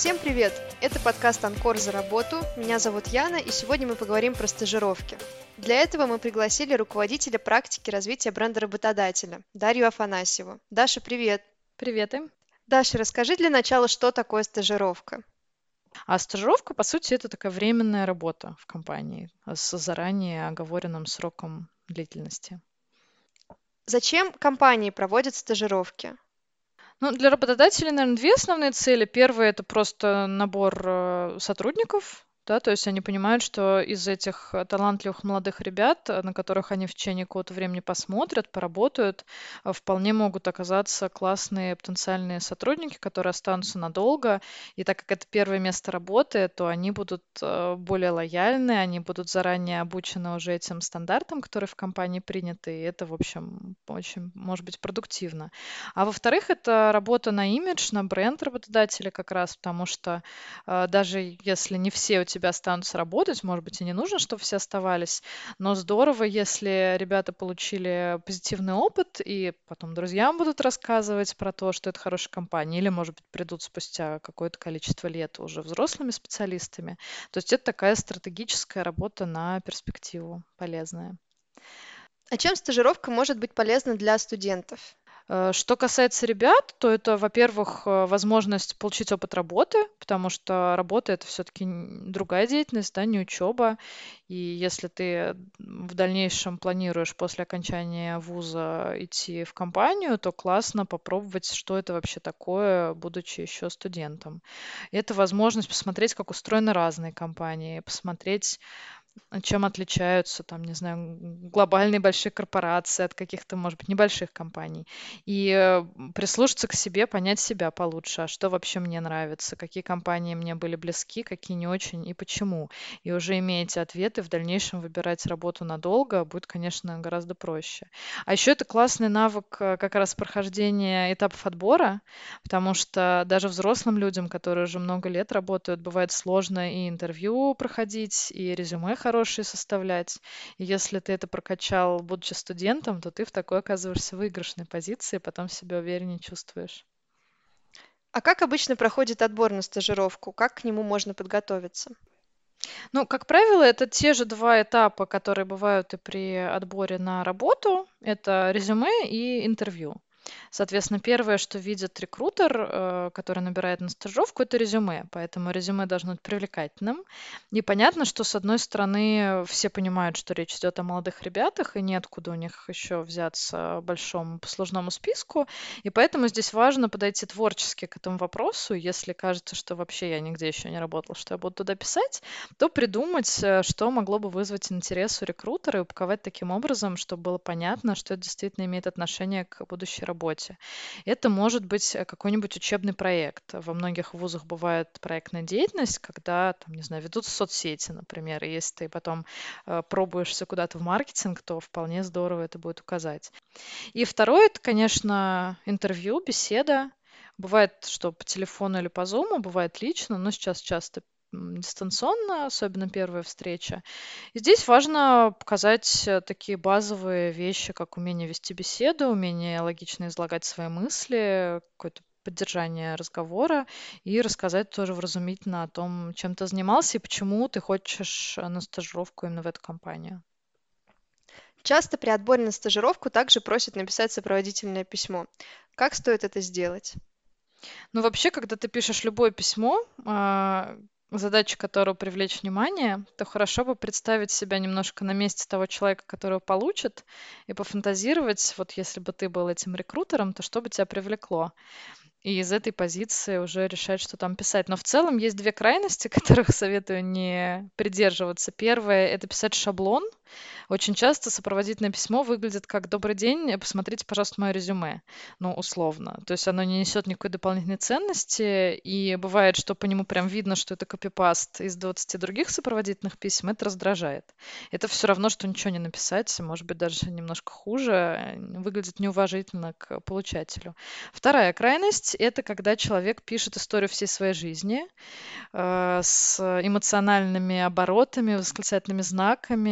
Всем привет! Это подкаст «Анкор за работу». Меня зовут Яна, и сегодня мы поговорим про стажировки. Для этого мы пригласили руководителя практики развития бренда работодателя Дарью Афанасьеву. Даша, привет! Привет им. Даша, расскажи для начала, что такое стажировка. А стажировка, по сути, это такая временная работа в компании с заранее оговоренным сроком длительности. Зачем компании проводят стажировки? Ну, для работодателей, наверное, две основные цели. Первая– это просто набор сотрудников, да, то есть они понимают, что из этих талантливых молодых ребят, на которых они в течение какого-то времени посмотрят, поработают, вполне могут оказаться классные потенциальные сотрудники, которые останутся надолго. И так как это первое место работы, то они будут более лояльны, они будут заранее обучены уже этим стандартам, которые в компании приняты, и это, в общем, очень может быть продуктивно. А во-вторых, это работа на имидж, на бренд работодателя как раз, потому что даже если не все у тебя останутся работать, может быть, и не нужно, чтобы все оставались, но здорово, если ребята получили позитивный опыт и потом друзьям будут рассказывать про то, что это хорошая компания, или, может быть, придут спустя какое-то количество лет уже взрослыми специалистами. То есть это такая стратегическая работа на перспективу полезная. А чем стажировка может быть полезна для студентов? Что касается ребят, то это, во-первых, возможность получить опыт работы, потому что работа это все-таки другая деятельность, да, не учеба. И если ты в дальнейшем планируешь после окончания вуза идти в компанию, то классно попробовать, что это вообще такое, будучи еще студентом. И это возможность посмотреть, как устроены разные компании, посмотреть, чем отличаются, там, не знаю, глобальные большие корпорации от каких-то, может быть, небольших компаний. И прислушаться к себе, понять себя получше, а что вообще мне нравится, какие компании мне были близки, какие не очень и почему. И уже имея эти ответы, в дальнейшем выбирать работу надолго будет, конечно, гораздо проще. А еще это классный навык как раз прохождения этапов отбора, потому что даже взрослым людям, которые уже много лет работают, бывает сложно и интервью проходить, и резюме хорошие составлять. И если ты это прокачал, будучи студентом, то ты в такой оказываешься выигрышной позиции, потом себя увереннее чувствуешь. А как обычно проходит отбор на стажировку? Как к нему можно подготовиться? Ну, как правило, это те же два этапа, которые бывают и при отборе на работу. Это резюме и интервью. Соответственно, первое, что видит рекрутер, который набирает на стажировку, это резюме. Поэтому резюме должно быть привлекательным. И понятно, что, с одной стороны, все понимают, что речь идет о молодых ребятах, и неоткуда у них еще взяться большому послужному списку. И поэтому здесь важно подойти творчески к этому вопросу. Если кажется, что вообще я нигде еще не работала, что я буду туда писать, то придумать, что могло бы вызвать интерес у рекрутера и упаковать таким образом, чтобы было понятно, что это действительно имеет отношение к будущей работе. Это может быть какой-нибудь учебный проект. Во многих вузах бывает проектная деятельность, когда, там, не знаю, ведут соцсети, например, и если ты потом пробуешься куда-то в маркетинг, то вполне здорово это будет указать. И второе, это, конечно, интервью, беседа. Бывает, что по телефону или по зуму, бывает лично, но сейчас часто дистанционно, особенно первая встреча. И здесь важно показать такие базовые вещи, как умение вести беседу, умение логично излагать свои мысли, какое-то поддержание разговора и рассказать тоже вразумительно о том, чем ты занимался и почему ты хочешь на стажировку именно в эту компанию. Часто при отборе на стажировку также просят написать сопроводительное письмо. Как стоит это сделать? Ну, вообще, когда ты пишешь любое письмо, задача которого привлечь внимание, то хорошо бы представить себя немножко на месте того человека, которого получит, и пофантазировать, вот если бы ты был этим рекрутером, то что бы тебя привлекло? И из этой позиции уже решать, что там писать. Но в целом есть две крайности, которых советую не придерживаться. Первое– это писать шаблон. Очень часто сопроводительное письмо выглядит как «Добрый день, посмотрите, пожалуйста, мое резюме». Ну, условно. То есть оно не несет никакой дополнительной ценности, и бывает, что по нему прям видно, что это копипаст из 20 других сопроводительных писем, это раздражает. Это все равно, что ничего не написать, может быть, даже немножко хуже, выглядит неуважительно к получателю. Вторая крайность– это когда человек пишет историю всей своей жизни, с эмоциональными оборотами, восклицательными знаками про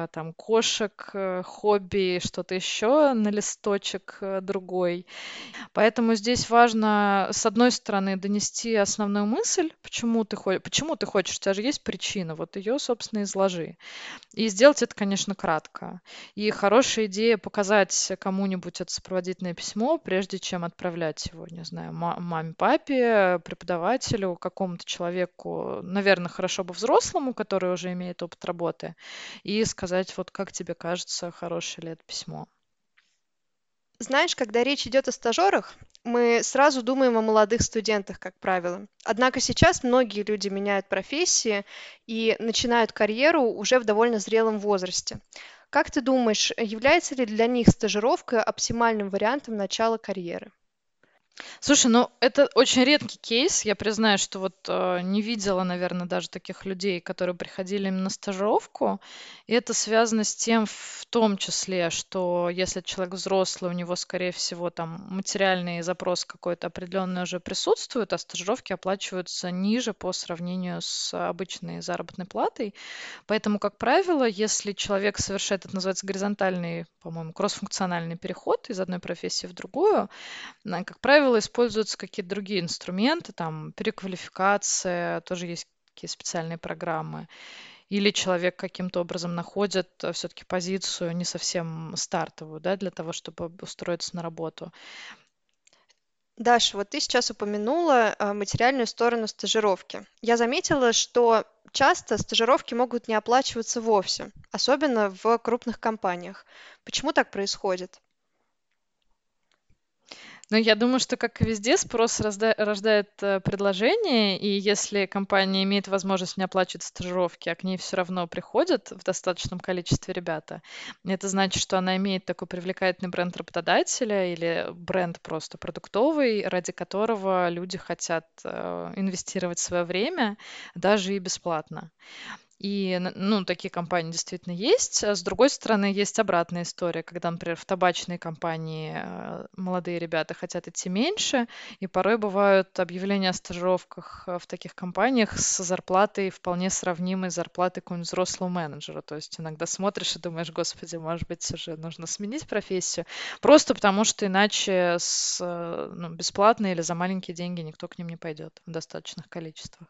там кошек, хобби, что-то еще на листочек другой. Поэтому здесь важно, с одной стороны, донести основную мысль, почему ты хочешь, у тебя же есть причина, вот ее, собственно, изложи. И сделать это, конечно, кратко. И хорошая идея показать кому-нибудь это сопроводительное письмо, прежде чем отправлять его, не знаю, маме, папе, преподавателю, какому-то человеку, наверное, хорошо бы взрослому, который уже имеет опыт работы, и сказать, вот как тебе кажется, хорошее ли это письмо. Знаешь, когда речь идет о стажерах, мы сразу думаем о молодых студентах, как правило. Однако сейчас многие люди меняют профессии и начинают карьеру уже в довольно зрелом возрасте. Как ты думаешь, является ли для них стажировка оптимальным вариантом начала карьеры? Слушай, ну это очень редкий кейс. Я признаю, что вот не видела, наверное, даже таких людей, которые приходили именно на стажировку. И это связано с тем, в том числе, что если человек взрослый, у него, скорее всего, там материальный запрос какой-то определенный уже присутствует, а стажировки оплачиваются ниже по сравнению с обычной заработной платой. Поэтому, как правило, если человек совершает, это называется горизонтальный, по-моему, кроссфункциональный переход из одной профессии в другую, как правило, используются какие-то другие инструменты, там переквалификация, тоже есть такие специальные программы. Или человек каким-то образом находит все-таки позицию не совсем стартовую, да, для того, чтобы устроиться на работу. Даша, вот ты сейчас упомянула материальную сторону стажировки. Я заметила, что часто стажировки могут не оплачиваться вовсе, особенно в крупных компаниях. Почему так происходит? Но я думаю, что, как и везде, спрос рождает предложение, и если компания имеет возможность не оплачивать стажировки, а к ней все равно приходят в достаточном количестве ребята, это значит, что она имеет такой привлекательный бренд работодателя или бренд просто продуктовый, ради которого люди хотят инвестировать свое время даже и бесплатно. И, ну, такие компании действительно есть. А с другой стороны, есть обратная история, когда, например, в табачной компании молодые ребята хотят идти меньше, и порой бывают объявления о стажировках в таких компаниях с зарплатой вполне сравнимой с зарплатой какого-нибудь взрослого менеджера. То есть иногда смотришь и думаешь, господи, может быть, уже нужно сменить профессию, просто потому что иначе ну, бесплатно или за маленькие деньги никто к ним не пойдет в достаточных количествах.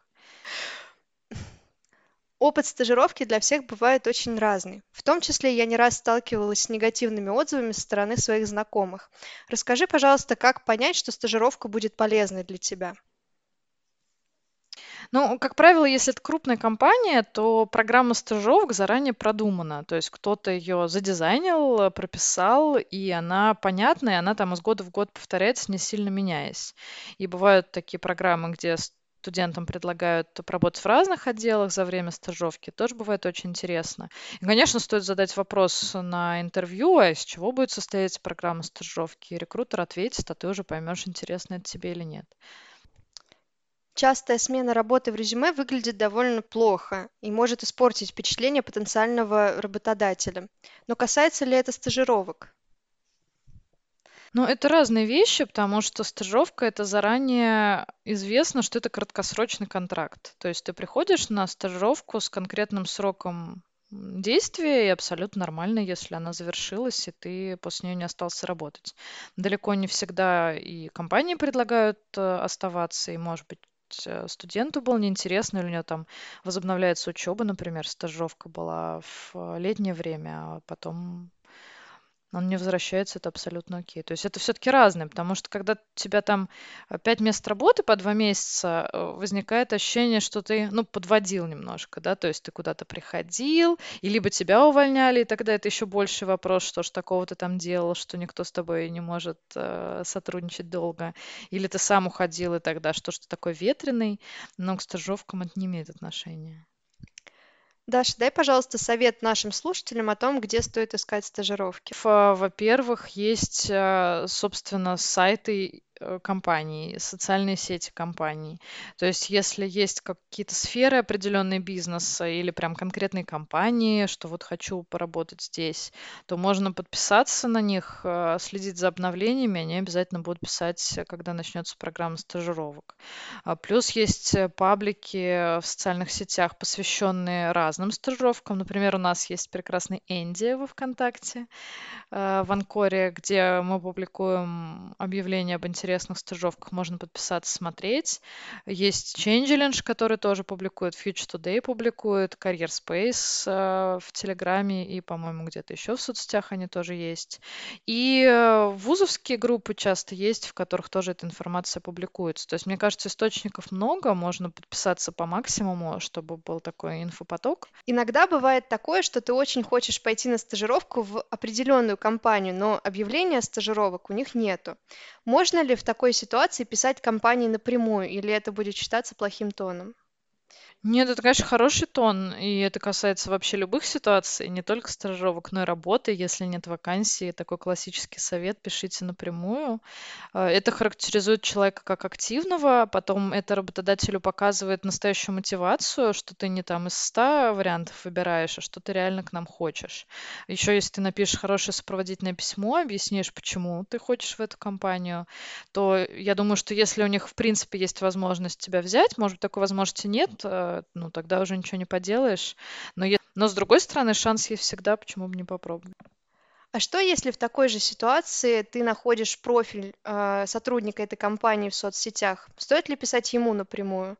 Опыт стажировки для всех бывает очень разный. В том числе я не раз сталкивалась с негативными отзывами со стороны своих знакомых. Расскажи, пожалуйста, как понять, что стажировка будет полезной для тебя? Ну, как правило, если это крупная компания, то программа стажировок заранее продумана. То есть кто-то ее задизайнил, прописал, и она понятна, и она там из года в год повторяется, не сильно меняясь. И бывают такие программы, где студентам предлагают поработать в разных отделах за время стажировки. Тоже бывает очень интересно. И, конечно, стоит задать вопрос на интервью, а из чего будет состоять программа стажировки. И рекрутер ответит, а ты уже поймешь, интересно это тебе или нет. Частая смена работы в резюме выглядит довольно плохо и может испортить впечатление потенциального работодателя. Но касается ли это стажировок? Ну, это разные вещи, потому что стажировка это заранее известно, что это краткосрочный контракт. То есть ты приходишь на стажировку с конкретным сроком действия, и абсолютно нормально, если она завершилась, и ты после нее не остался работать. Далеко не всегда и компании предлагают оставаться, и, может быть, студенту было неинтересно, или у него там возобновляется учеба, например, стажировка была в летнее время, а потом он не возвращается, это абсолютно окей. То есть это все-таки разное, потому что когда у тебя там 5 мест работы по 2 месяца, возникает ощущение, что ты, ну, подводил немножко, да, то есть ты куда-то приходил, и либо тебя увольняли, и тогда это еще больший вопрос, что ж такого ты там делал, что никто с тобой не может сотрудничать долго, или ты сам уходил, и тогда что ж ты такой ветреный, но к стажировкам это не имеет отношения. Даша, дай, пожалуйста, совет нашим слушателям о том, где стоит искать стажировки. Во-первых, есть, собственно, сайты компаний, социальные сети компаний. То есть если есть какие-то сферы определенные бизнеса или прям конкретные компании, что вот хочу поработать здесь, то можно подписаться на них, следить за обновлениями, они обязательно будут писать, когда начнется программа стажировок. Плюс есть паблики в социальных сетях, посвященные разным стажировкам. Например, у нас есть прекрасный Энди во ВКонтакте, в Анкоре, где мы публикуем объявления об интересных стажировках, можно подписаться, смотреть. Есть Changelinge, который тоже публикует, Future Today публикует, Career Space в Телеграме и, по-моему, где-то еще в соцсетях они тоже есть. И вузовские группы часто есть, в которых тоже эта информация публикуется. То есть, мне кажется, источников много, можно подписаться по максимуму, чтобы был такой инфопоток. Иногда бывает такое, что ты очень хочешь пойти на стажировку в определенную компанию, но объявления стажировок у них нету. Можно ли в такой ситуации писать компании напрямую, или это будет считаться плохим тоном? Нет, это, конечно, хороший тон, и это касается вообще любых ситуаций, не только стажировок, но и работы. Если нет вакансии, такой классический совет, пишите напрямую. Это характеризует человека как активного, потом это работодателю показывает настоящую мотивацию, что ты не там из 100 вариантов выбираешь, а что ты реально к нам хочешь. Еще если ты напишешь хорошее сопроводительное письмо, объяснишь, почему ты хочешь в эту компанию, то я думаю, что если у них в принципе есть возможность тебя взять, может быть, такой возможности нет, ну тогда уже ничего не поделаешь. Но с другой стороны, шанс есть всегда, почему бы не попробовать. А что, если в такой же ситуации ты находишь профиль сотрудника этой компании в соцсетях? Стоит ли писать ему напрямую?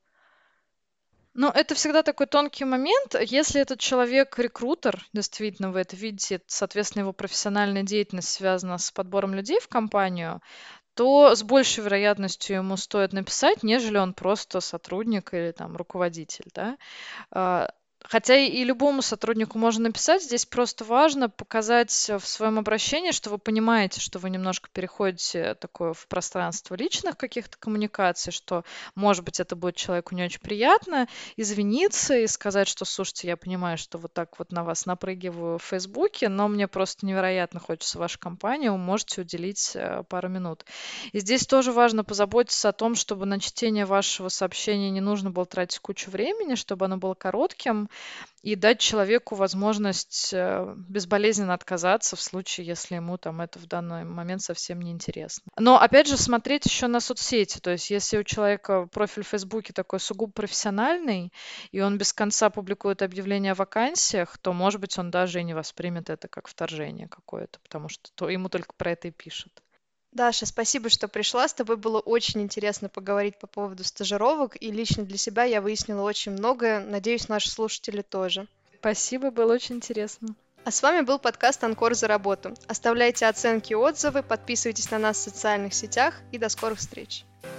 Ну, это всегда такой тонкий момент. Если этот человек рекрутер, действительно, вы это видите, соответственно, его профессиональная деятельность связана с подбором людей в компанию, то с большей вероятностью ему стоит написать, нежели он просто сотрудник или там руководитель, да. А, Хотя и любому сотруднику можно написать, здесь просто важно показать в своем обращении, что вы понимаете, что вы немножко переходите такое в пространство личных каких-то коммуникаций, что, может быть, это будет человеку не очень приятно, извиниться и сказать, что, слушайте, я понимаю, что вот так вот на вас напрыгиваю в Фейсбуке, но мне просто невероятно хочется вашей компании, вы можете уделить пару минут. И здесь тоже важно позаботиться о том, чтобы на чтение вашего сообщения не нужно было тратить кучу времени, чтобы оно было коротким, и дать человеку возможность безболезненно отказаться в случае, если ему там это в данный момент совсем не интересно. Но опять же смотреть еще на соцсети, то есть если у человека профиль в Фейсбуке такой сугубо профессиональный, и он без конца публикует объявления о вакансиях, то, может быть, он даже и не воспримет это как вторжение какое-то, потому что ему только про это и пишут. Даша, спасибо, что пришла. С тобой было очень интересно поговорить по поводу стажировок, и лично для себя я выяснила очень многое. Надеюсь, наши слушатели тоже. Спасибо, было очень интересно. А с вами был подкаст «Анкор за работу». Оставляйте оценки и отзывы, подписывайтесь на нас в социальных сетях и до скорых встреч.